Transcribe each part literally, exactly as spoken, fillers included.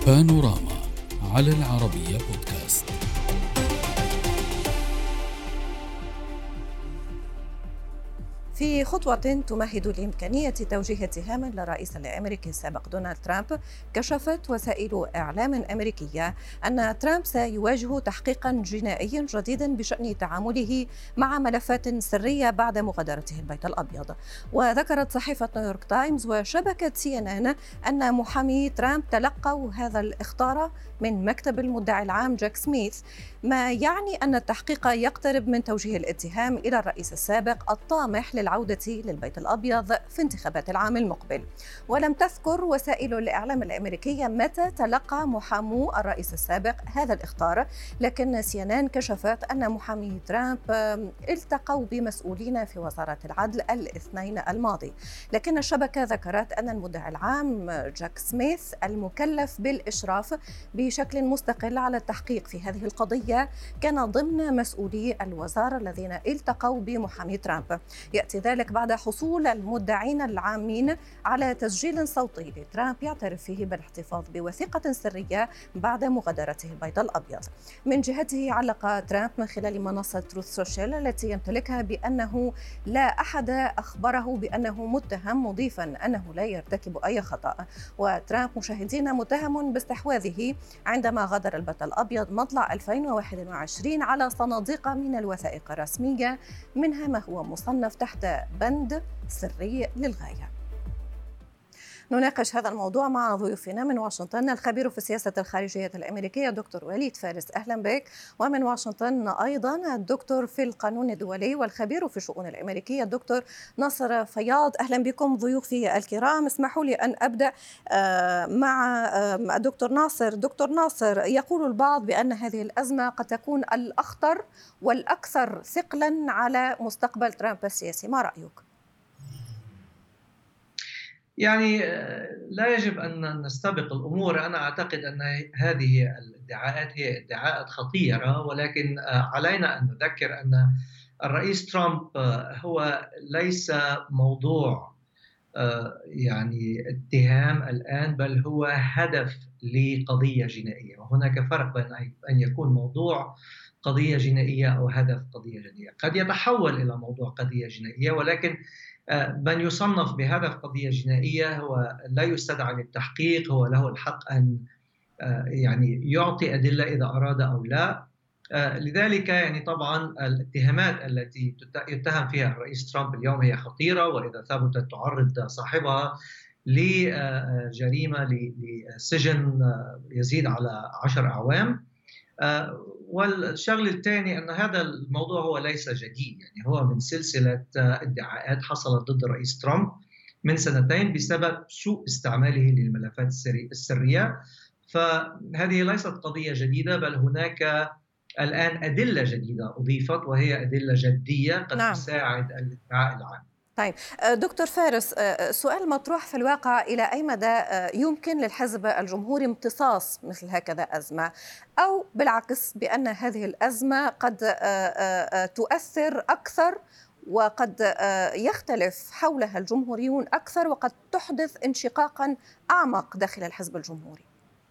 بانوراما على العربية بودكاست. في خطوة تمهد لإمكانية توجيه اتهام للرئيس الأمريكي السابق دونالد ترامب، كشفت وسائل إعلام أمريكية أن ترامب سيواجه تحقيقا جنائيا جديدا بشأن تعامله مع ملفات سرية بعد مغادرته البيت الأبيض. وذكرت صحيفة نيويورك تايمز وشبكة سي إن إن أن محامي ترامب تلقوا هذا الإخطار من مكتب المدعي العام جاك سميث، ما يعني أن التحقيق يقترب من توجيه الاتهام إلى الرئيس السابق الطامح للعودة للبيت الأبيض في انتخابات العام المقبل. ولم تذكر وسائل الإعلام الأمريكية متى تلقى محامو الرئيس السابق هذا الإخطار، لكن سي إن إن كشفت أن محامي ترامب التقوا بمسؤولين في وزارة العدل الاثنين الماضي. لكن الشبكة ذكرت أن المدعي العام جاك سميث المكلف بالإشراف بشكل مستقل على التحقيق في هذه القضية كان ضمن مسؤولي الوزارة الذين التقوا بمحامي ترامب. يأتي ذلك بعد حصول المدعين العامين على تسجيل صوتي لترامب يعترف فيه بالاحتفاظ بوثيقة سرية بعد مغادرته البيت الأبيض. من جهته علق ترامب من خلال منصة تروث سوشيال التي يمتلكها بأنه لا أحد أخبره بأنه متهم، مضيفا أنه لا يرتكب أي خطأ. وترامب مشاهدين متهم باستحواذه عندما غادر البيت الأبيض مطلع ألفين وواحد وعشرين على صناديق من الوثائق الرسمية، منها ما هو مصنف تحت بند سري للغاية. نناقش هذا الموضوع مع ضيوفنا من واشنطن الخبير في السياسة الخارجية الأمريكية دكتور وليد فارس، أهلا بك. ومن واشنطن أيضا الدكتور في القانون الدولي والخبير في الشؤون الأمريكية الدكتور ناصر فياض، أهلا بكم ضيوفي الكرام. اسمحوا لي أن أبدأ مع الدكتور ناصر. دكتور ناصر، يقول البعض بأن هذه الأزمة قد تكون الأخطر والأكثر ثقلا على مستقبل ترامب السياسي، ما رأيك؟ يعني لا يجب أن نستبق الأمور. أنا أعتقد أن هذه الادعاءات هي ادعاءات خطيرة، ولكن علينا أن نذكر أن الرئيس ترامب هو ليس موضوع يعني اتهام الآن، بل هو هدف لقضية جنائية. وهناك فرق بين أن يكون موضوع قضية جنائية أو هدف قضية جنائية. قد يتحول إلى موضوع قضية جنائية، ولكن من يصنف بهدف قضية جنائية هو لا يستدعى للتحقيق، هو له الحق أن يعني يعطي أدلة إذا أراد أو لا. لذلك يعني طبعا الاتهامات التي يتهم فيها الرئيس ترامب اليوم هي خطيرة، وإذا ثبتت تعرض صاحبها لجريمة لسجن يزيد على عشر أعوام. والشغل الثاني أن هذا الموضوع هو ليس جديد، يعني هو من سلسلة ادعاءات حصلت ضد الرئيس ترامب من سنتين بسبب سوء استعماله للملفات السرية. فهذه ليست قضية جديدة، بل هناك الآن أدلة جديدة أضيفت، وهي أدلة جدية قد نعم. تساعد الادعاء العام. طيب دكتور فارس، سؤال مطروح في الواقع: إلى أي مدى يمكن للحزب الجمهوري امتصاص مثل هكذا أزمة، أو بالعكس بأن هذه الأزمة قد تؤثر أكثر وقد يختلف حولها الجمهوريون أكثر وقد تحدث انشقاقا أعمق داخل الحزب الجمهوري؟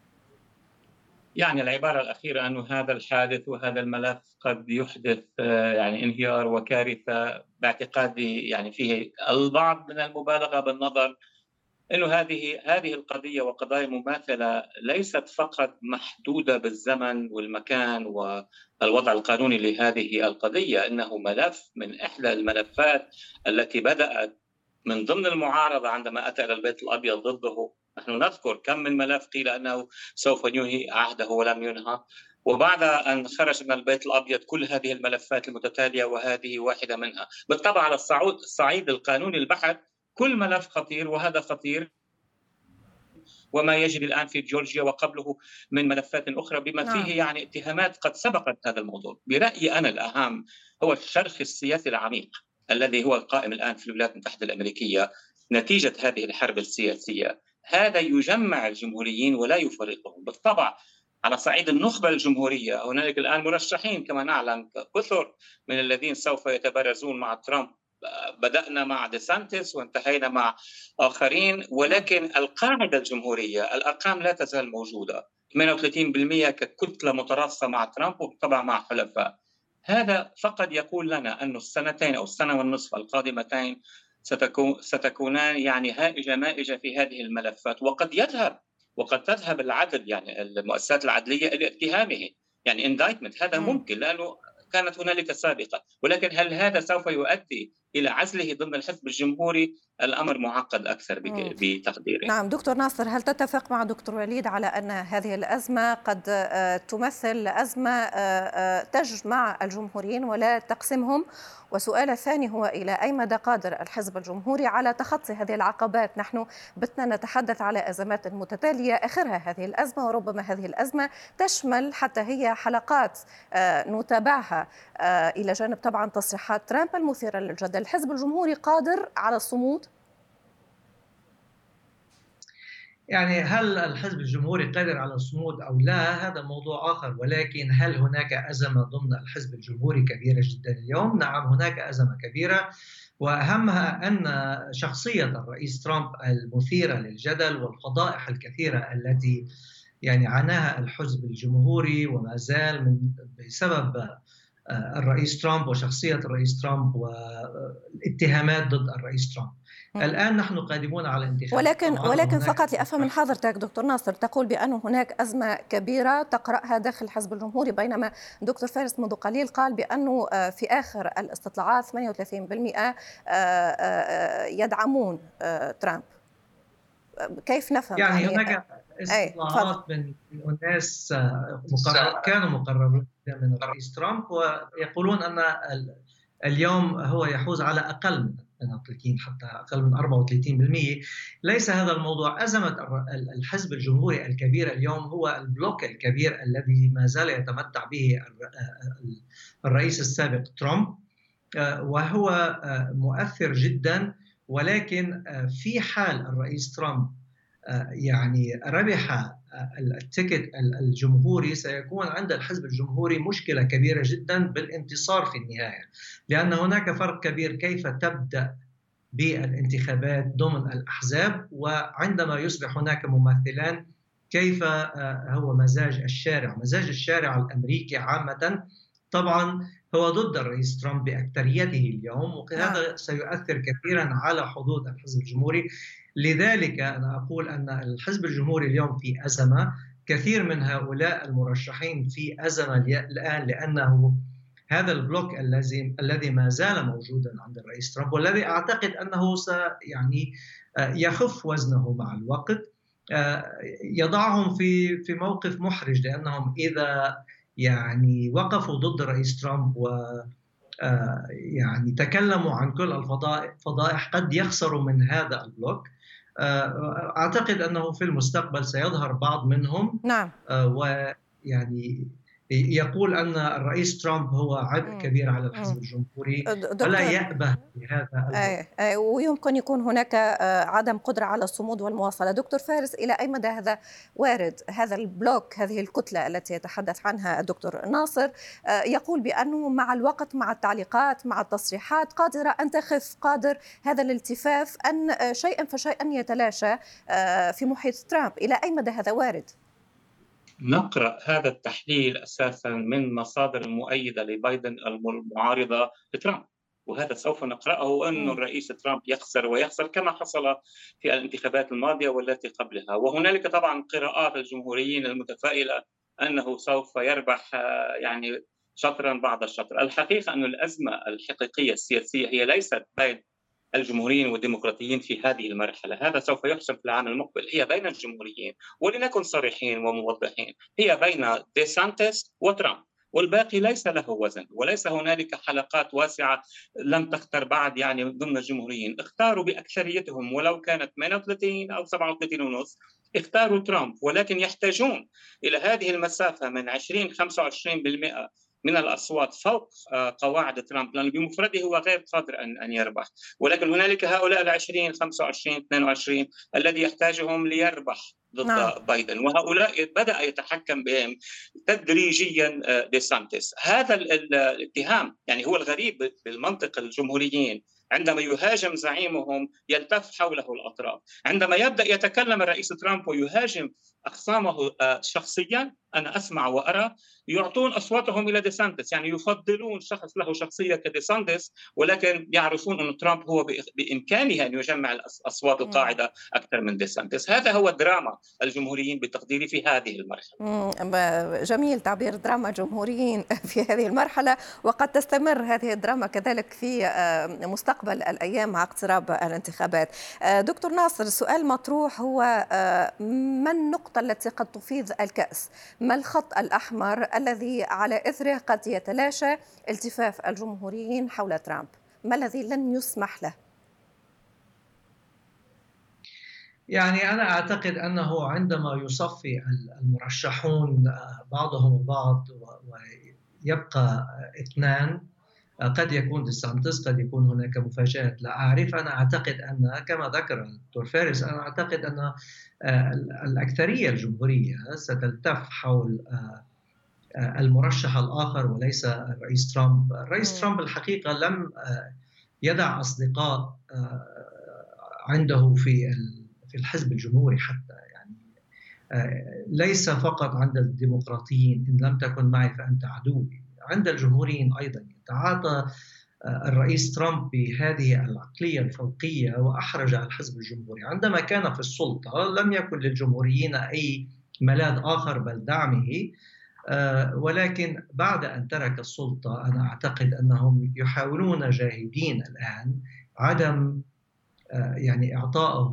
يعني العبارة الأخيرة أنه هذا الحادث وهذا الملف قد يحدث يعني انهيار وكارثة، باعتقادي يعني فيه البعض من المبالغة بالنظر أنه هذه هذه القضية وقضايا مماثلة ليست فقط محدودة بالزمن والمكان والوضع القانوني لهذه القضية، إنه ملف من إحدى الملفات التي بدأت من ضمن المعارضة عندما أتى إلى البيت الأبيض ضده. نحن نذكر كم من ملف قيل أنه سوف ينهي عهده ولم ينهى، وبعد أن خرج من البيت الأبيض كل هذه الملفات المتتالية وهذه واحدة منها. بالطبع على الصعيد القانوني البحت كل ملف خطير وهذا خطير، وما يجري الآن في جورجيا وقبله من ملفات أخرى بما فيه يعني اتهامات قد سبقت هذا الموضوع. برأيي أنا الأهم هو الشرخ السياسي العميق الذي هو القائم الآن في الولايات المتحدة الأمريكية نتيجة هذه الحرب السياسية. هذا يجمع الجمهوريين ولا يفرقهم. بالطبع على صعيد النخبة الجمهورية هنالك الآن مرشحين كما نعلم كثر من الذين سوف يتبارزون مع ترامب بدأنا مع ديسانتس وانتهينا مع آخرين، ولكن القاعدة الجمهورية الأرقام لا تزال موجودة، ثمانية وثلاثين بالمئة ككتلة مترصة مع ترامب وطبعا مع حلفاء. هذا فقط يقول لنا أن السنتين أو السنة والنصف القادمتين ستكون ستكونان يعني هائجة مائجة في هذه الملفات، وقد يذهب وقد تذهب العدل يعني المؤسسات العدلية إلى اتهامه، يعني indictment. هذا ممكن لأنه كانت هنالك سابقة، ولكن هل هذا سوف يؤدي إلى عزله ضمن الحزب الجمهوري؟ الأمر معقد أكثر بتقديري. نعم دكتور ناصر، هل تتفق مع دكتور وليد على أن هذه الأزمة قد تمثل أزمة تجمع الجمهوريين ولا تقسمهم؟ وسؤال الثاني هو إلى أي مدى قادر الحزب الجمهوري على تخطي هذه العقبات؟ نحن بتنا نتحدث على أزمات متتالية، آخرها هذه الأزمة، وربما هذه الأزمة تشمل حتى هي حلقات نتابعها إلى جانب طبعا تصريحات ترامب المثيرة للجدل. الحزب الجمهوري قادر على الصمود؟ يعني هل الحزب الجمهوري قادر على الصمود أو لا هذا موضوع آخر، ولكن هل هناك أزمة ضمن الحزب الجمهوري كبيرة جدا اليوم؟ نعم هناك أزمة كبيرة، وأهمها أن شخصية الرئيس ترامب المثيرة للجدل والفضائح الكثيرة التي يعني عاناها الحزب الجمهوري وما زال من بسبب الرئيس ترامب وشخصية الرئيس ترامب والاتهامات ضد الرئيس ترامب. الآن نحن قادمون على انتخابات، ولكن ولكن فقط لأفهم من حضرتك دكتور ناصر، تقول بأن هناك أزمة كبيرة تقرأها داخل الحزب الجمهوري، بينما دكتور فارس منذ قليل قال بأنه في آخر الاستطلاعات ثمانية وثلاثين بالمئة يدعمون ترامب. كيف نفهم؟ يعني, يعني هناك استطلاعات من الناس مقرر كانوا مقربين من الرئيس ترامب ويقولون أن اليوم هو يحوز على أقل من ثمانية وثلاثين حتى أقل من أربعة وثلاثين بالمئة. ليس هذا الموضوع. أزمة الحزب الجمهوري الكبير اليوم هو البلوك الكبير الذي ما زال يتمتع به الرئيس السابق ترامب، وهو مؤثر جدا. ولكن في حال الرئيس ترامب يعني ربح التيكت الجمهوري سيكون عند الحزب الجمهوري مشكلة كبيرة جدا بالانتصار في النهاية، لأن هناك فرق كبير كيف تبدأ بالانتخابات ضمن الأحزاب وعندما يصبح هناك ممثلان كيف هو مزاج الشارع. مزاج الشارع الأمريكي عامة طبعا هو ضد الرئيس ترامب بأكثريته اليوم، وهذا سيؤثر كثيرا على حظوظ الحزب الجمهوري. لذلك أنا أقول أن الحزب الجمهوري اليوم في أزمة. كثير من هؤلاء المرشحين في أزمة الآن لأنه هذا البلوك الذي الذي ما زال موجودا عند الرئيس ترامب، والذي أعتقد أنه سيعني يخف وزنه مع الوقت، يضعهم في في موقف محرج، لأنهم إذا يعني وقفوا ضد الرئيس ترامب و يعني تكلموا عن كل الفضائح قد يخسروا من هذا البلوك. أعتقد أنه في المستقبل سيظهر بعض منهم نعم. ويعني يقول أن الرئيس ترامب هو عبء كبير على الحزب الجمهوري ولا يأبه بهذا. أي أي ويمكن يكون هناك عدم قدرة على الصمود والمواصلة. دكتور فارس، إلى أي مدى هذا وارد؟ هذا البلوك، هذه الكتلة التي يتحدث عنها الدكتور ناصر، يقول بأنه مع الوقت، مع التعليقات، مع التصريحات، قادرة أن تخف، قادر هذا الالتفاف أن شيئا فشيئا يتلاشى في محيط ترامب. إلى أي مدى هذا وارد؟ نقرأ هذا التحليل أساساً من مصادر مؤيدة لبايدن المعارضة لترامب، وهذا سوف نقرأه أن الرئيس ترامب يخسر ويخسر كما حصل في الانتخابات الماضية والتي قبلها. وهنالك طبعاً قراءات الجمهوريين المتفائلة أنه سوف يربح يعني شطراً بعد الشطر. الحقيقة أن الأزمة الحقيقية السياسية هي ليست بين الجمهوريين والديمقراطيين في هذه المرحلة، هذا سوف يحسم في العام المقبل. هي بين الجمهوريين، ولنكن صريحين وموضحين، هي بين ديسانتس وترامب، والباقي ليس له وزن، وليس هنالك حلقات واسعة لم تختر بعد يعني ضمن الجمهوريين. اختاروا بأكثريتهم ولو كانت ثمانية وثلاثين أو سبعة وثلاثين ونص اختاروا ترامب، ولكن يحتاجون إلى هذه المسافة من عشرين خمسة وعشرين بالمئة من الأصوات فوق قواعد ترامب، لأنه بمفرده هو غير قادر أن أن يربح. ولكن هنالك هؤلاء العشرين خمسة وعشرين اثنين وعشرين الذي يحتاجهم ليربح ضد نعم. بايدن، وهؤلاء بدأ يتحكم بهم تدريجيا ديسانتس. هذا الاتهام يعني هو الغريب بالمنطق الجمهوريين عندما يهاجم زعيمهم يلتف حوله الأطراف. عندما يبدأ يتكلم الرئيس ترامب ويهاجم أخصامه شخصيا، أنا أسمع وأرى يعطون أصواتهم إلى ديسانتس، يعني يفضلون شخص له شخصية كديسانتس، ولكن يعرفون أن ترامب هو بإمكانه أن يجمع الأصوات القاعدة أكثر من ديسانتس. هذا هو دراما الجمهوريين بتقديري في هذه المرحلة. جميل تعبير دراما الجمهوريين في هذه المرحلة، وقد تستمر هذه الدراما كذلك في مستقبل الأيام مع اقتراب الانتخابات. دكتور ناصر، السؤال مطروح هو ما النقطة التي قد تفيض الكأس؟ ما الخط الأحمر الذي على إثره قد يتلاشى التفاف الجمهوريين حول ترامب؟ ما الذي لن يسمح له؟ يعني أنا أعتقد أنه عندما يصفي المرشحون بعضهم البعض ويبقى اثنان، قد يكون ديسانتس، قد يكون هناك مفاجآت لا أعرف. أنا أعتقد أن كما ذكر الدكتور فارس، أنا أعتقد أن الأكثرية الجمهورية ستلتف حول المرشح الآخر وليس الرئيس ترامب. الرئيس ترامب الحقيقة لم يدع أصدقاء عنده في في الحزب الجمهوري حتى، يعني ليس فقط عند الديمقراطيين، إن لم تكن معي فأنت عدوي، عند الجمهوريين أيضا. تعاطى الرئيس ترامب بهذه العقلية الفوقية وأحرج الحزب الجمهوري. عندما كان في السلطة لم يكن للجمهوريين أي ملاذ آخر بل دعمه، ولكن بعد أن ترك السلطة أنا أعتقد أنهم يحاولون جاهدين الآن عدم يعني إعطائه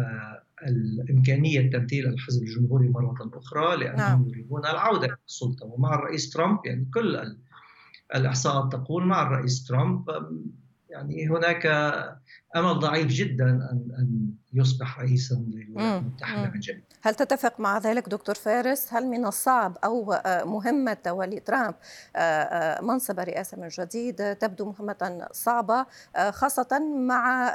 الإمكانية تمثيل الحزب الجمهوري مرة أخرى، لأنهم يريدون العودة إلى السلطة. ومع الرئيس ترامب يعني كل الإحصاءات تقول مع الرئيس ترامب يعني هناك أمل ضعيف جدا أن أن يصبح رئيسا للولايات المتحدة من جديد. هل تتفق مع ذلك دكتور فارس؟ هل من الصعب أو مهمة تولي ترامب منصب الرئاسة من جديد تبدو مهمة صعبة، خاصة مع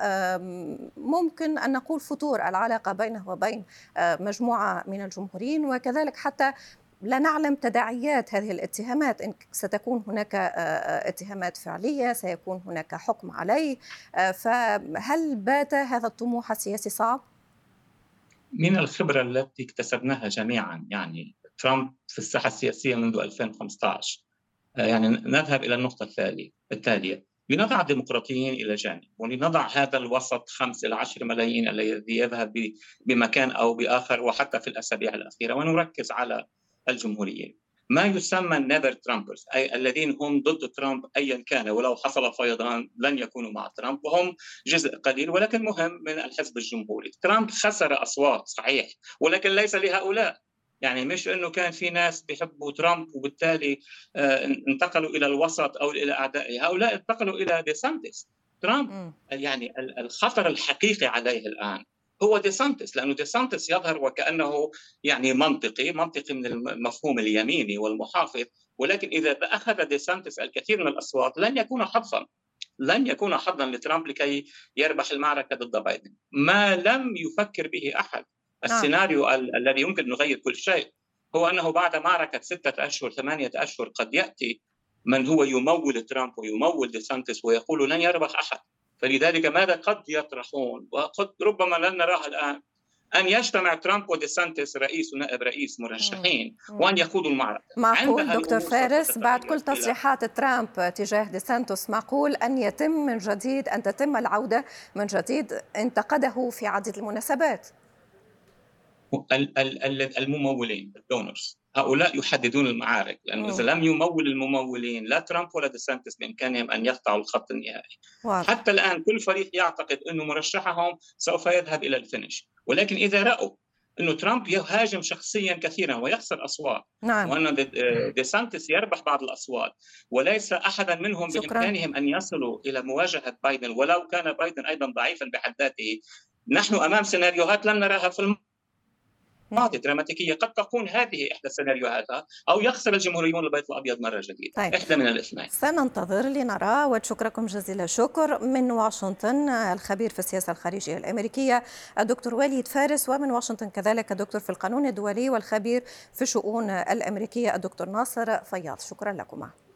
ممكن أن نقول فتور العلاقة بينه وبين مجموعة من الجمهوريين، وكذلك حتى لا نعلم تداعيات هذه الاتهامات، إن ستكون هناك اتهامات فعلية، سيكون هناك حكم عليه، فهل بات هذا الطموح السياسي صعب؟ من الخبرة التي اكتسبناها جميعا، يعني ترامب في الساحة السياسية منذ ألفين وخمسة عشر، يعني نذهب إلى النقطة التالية: لنضع الديمقراطيين إلى جانب ولنضع هذا الوسط خمس إلى عشر ملايين الذي يذهب بمكان أو بآخر وحتى في الأسابيع الأخيرة، ونركز على الجمهوريين، ما يسمى النيفر ترامبرز، أي الذين هم ضد ترامب أيا كان، ولو حصل فيضان لن يكونوا مع ترامب، وهم جزء قليل ولكن مهم من الحزب الجمهوري. ترامب خسر أصوات صحيح، ولكن ليس لهؤلاء، يعني مش أنه كان في ناس بيحبوا ترامب وبالتالي انتقلوا إلى الوسط أو إلى أعدائه، هؤلاء انتقلوا إلى ديسانتس. ترامب يعني الخطر الحقيقي عليه الآن هو ديسانتس، لأنه ديسانتس يظهر وكأنه يعني منطقي منطقي من المفهوم اليميني والمحافظ، ولكن إذا أخذ ديسانتس الكثير من الأصوات لن يكون حظا لن يكون حظا لترامب لكي يربح المعركة ضد بايدن. ما لم يفكر به أحد، السيناريو ال- الذي يمكن أن يغير كل شيء، هو أنه بعد معركة ستة أشهر ثمانية أشهر قد يأتي من هو يمول ترامب ويمول ديسانتس ويقول لن يربح أحد. فلذلك ماذا قد يطرحون وقد ربما لن نراه الآن، أن يجتمع ترامب وديسانتس رئيس ونائب رئيس مرشحين وأن يخوضوا المعركة. معقول دكتور فارس بعد كل تصريحات ترامب تجاه ديسانتس معقول أن يتم من جديد أن تتم العودة من جديد؟ انتقده في عديد المناسبات. الممولين الدونرز هؤلاء يحددون المعارك، لأنه إذا لم يمول الممولين لا ترامب ولا ديسانتس بإمكانهم أن يقطعوا الخط النهائي. واضح. حتى الآن كل فريق يعتقد أنه مرشحهم سوف يذهب إلى الفينش، ولكن إذا رأوا أنه ترامب يهاجم شخصيا كثيرا ويخسر أصوات، نعم. وأن ديسانتس يربح بعض الأصوات وليس أحدا منهم شكرا. بإمكانهم أن يصلوا إلى مواجهة بايدن، ولو كان بايدن أيضا ضعيفا بحد ذاته، نحن أمام سيناريوهات لم نراها في الماضي ماضي دراماتيكية. قد تكون هذه إحدى السيناريوهات، أو يخسر الجمهوريون البيت الأبيض مرة جديدة. طيب. إحدى من الاثنين. سننتظر لنرى، وشكركم جزيل الشكر. من واشنطن الخبير في السياسة الخارجية الأمريكية الدكتور وليد فارس، ومن واشنطن كذلك الدكتور في القانون الدولي والخبير في الشؤون الأمريكية الدكتور ناصر فياض. شكرا لكم.